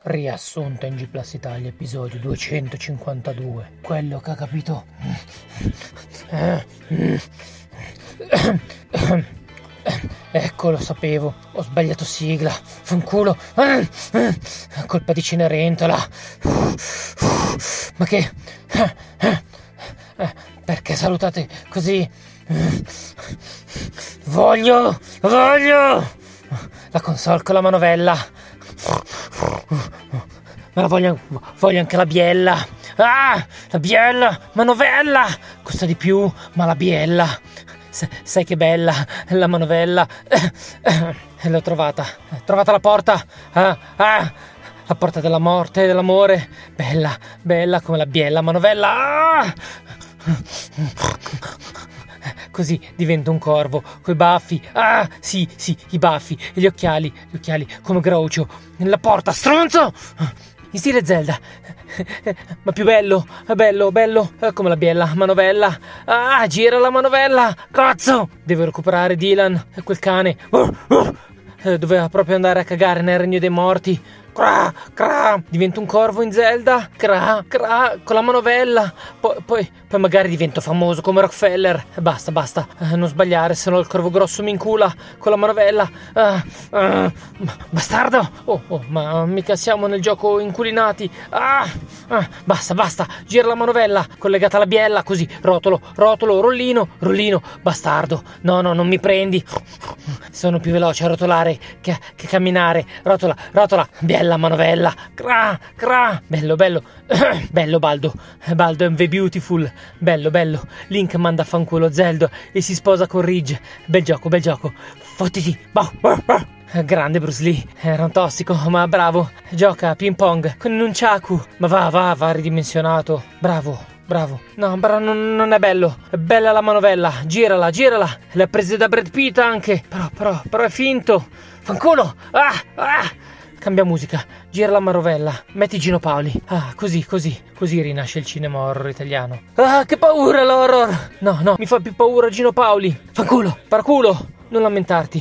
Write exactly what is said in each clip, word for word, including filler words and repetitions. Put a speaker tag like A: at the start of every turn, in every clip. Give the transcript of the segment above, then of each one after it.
A: Riassunto in G Plus Italia, episodio duecentocinquantadue. Quello che ha capito. Ecco, lo sapevo. Ho sbagliato sigla. Fanculo. Colpa di Cenerentola. Ma che... Perché salutate così? Voglio! Voglio! La console con la manovella. Ma la voglio, voglio anche la biella. Ah, la biella, manovella. Costa di più, ma la biella. S- sai che bella, la manovella. E l'ho trovata. Trovata la porta. Ah, ah, la porta della morte e dell'amore. Bella, bella come la biella, manovella. Ah! Così divento un corvo, coi baffi. Ah, sì, sì, i baffi e gli occhiali, gli occhiali come Groucho. Nella porta, stronzo! In stile Zelda. Ma più bello, bello, bello, come la biella, manovella. Ah, gira la manovella, cazzo! Devo recuperare Dylan, quel cane. Uh, uh. Doveva proprio andare a cagare nel regno dei morti. Cra, cra, divento un corvo in Zelda. Cra, cra, con la manovella. Poi, poi, poi magari divento famoso come Rockefeller. Basta, basta, eh, non sbagliare, se no il corvo grosso mi incula con la manovella. Ah, ah, bastardo. Oh, oh, ma mica siamo nel gioco inculinati. Ah, ah, basta, basta, gira la manovella collegata alla biella, così, rotolo, rotolo, rollino, rollino. Bastardo, no, no, non mi prendi. Sono più veloce a rotolare che, che camminare. Rotola, rotola, biella. La manovella, cra, cra, bello, bello, bello Baldo, Baldo è the beautiful, bello, bello, Link manda a fanculo Zelda e si sposa con Ridge, bel gioco, bel gioco, fottiti, boh, boh, boh. Grande Bruce Lee, era un tossico, ma bravo, gioca a ping pong con Nunchaku, ma va, va, va ridimensionato, bravo. Bravo. No, però non, non è bello. È bella la manovella. Girala, girala. L'ha presa da Brad Pitt anche. Però, però, però è finto. Fanculo. Ah, ah. Cambia musica. Gira la manovella. Metti Gino Paoli. Ah, così, così. Così rinasce il cinema horror italiano. Ah, che paura l'horror. No, no, mi fa più paura Gino Paoli. Fanculo. Paraculo. Non lamentarti.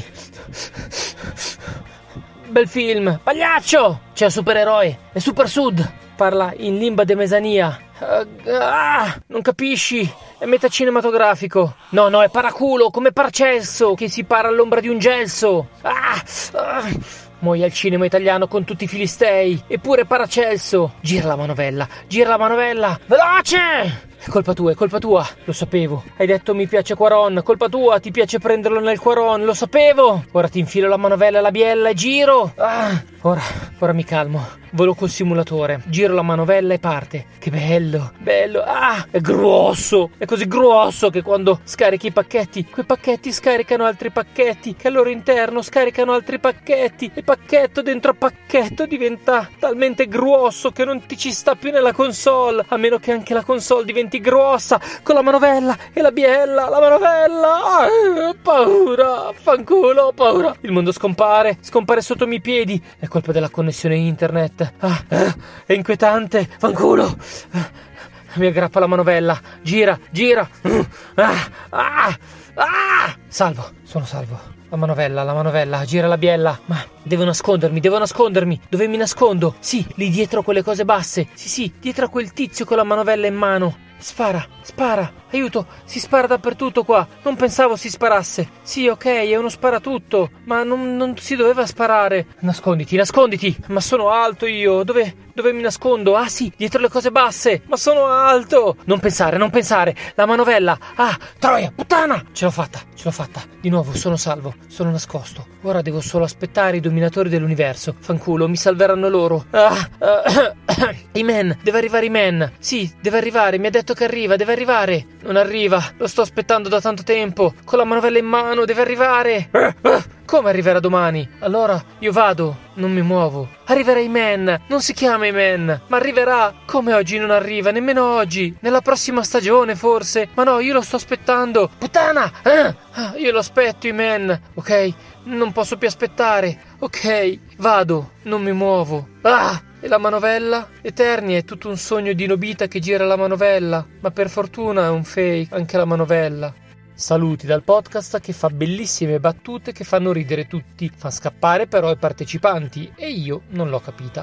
A: Bel film. Pagliaccio. C'è un supereroe. È Super Sud. Parla in limba de mesania. Uh, ah, non capisci? È metacinematografico. No, no, è paraculo, come Paracelso, che si para all'ombra di un gelso. Ah, uh, muoia il cinema italiano con tutti i filistei. Eppure Paracelso. Gira la manovella, gira la manovella. Veloce! È colpa tua, è colpa tua. Lo sapevo. Hai detto mi piace Quaron. Colpa tua, ti piace prenderlo nel Quaron. Lo sapevo. Ora ti infilo la manovella e la biella e giro. Ah, ora, ora mi calmo. Volo col simulatore. Giro la manovella e parte. Che bello, bello. Ah, è grosso. È così grosso che quando scarichi i pacchetti, quei pacchetti scaricano altri pacchetti, che al loro interno scaricano altri pacchetti. Il pacchetto dentro pacchetto diventa talmente grosso che non ti ci sta più nella console. A meno che anche la console diventi grossa con la manovella e la biella, la manovella. Ah, paura, fanculo, paura. Il mondo scompare, scompare sotto i miei piedi. È colpa della connessione internet. Ah, ah, è inquietante, fanculo. Ah, mi aggrappa la manovella. Gira, gira. Ah, ah, ah. Salvo, sono salvo. La manovella, la manovella, gira la biella. Ma devo nascondermi, devo nascondermi. Dove mi nascondo? Sì, lì dietro quelle cose basse. Sì, sì, dietro a quel tizio con la manovella in mano. Spara, spara, aiuto, si spara dappertutto qua. Non pensavo si sparasse. Sì, ok, è uno sparatutto, ma non, non si doveva sparare. Nasconditi, nasconditi. Ma sono alto io, dove... Dove mi nascondo? Ah sì, dietro le cose basse. Ma sono alto. Non pensare, non pensare. La manovella. Ah, troia, puttana. Ce l'ho fatta, ce l'ho fatta. Di nuovo, sono salvo, sono nascosto. Ora devo solo aspettare i dominatori dell'universo. Fanculo, mi salveranno loro. Ah, uh, Iman, deve arrivare Iman. Sì, deve arrivare, mi ha detto che arriva, deve arrivare. Non arriva, lo sto aspettando da tanto tempo. Con la manovella in mano, deve arrivare. Uh, uh. Come arriverà domani? Allora io vado, non mi muovo. Arriverà Iman, non si chiama Iman, ma arriverà. Come oggi non arriva, nemmeno oggi. Nella prossima stagione forse. Ma no, io lo sto aspettando. Puttana! Ah, ah, io lo aspetto Iman, ok? Non posso più aspettare. Ok, vado, non mi muovo. Ah! E la manovella? Eternia è tutto un sogno di Nobita che gira la manovella. Ma per fortuna è un fake, anche la manovella. Saluti dal podcast che fa bellissime battute che fanno ridere tutti, fa scappare però i partecipanti e io non l'ho capita.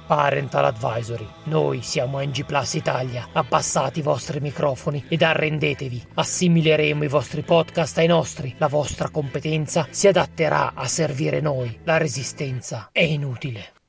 A: Parental Advisory. Noi siamo N G Plus Italia. Abbassate i vostri microfoni ed arrendetevi. Assimileremo i vostri podcast ai nostri. La vostra competenza si adatterà a servire noi. La resistenza è inutile.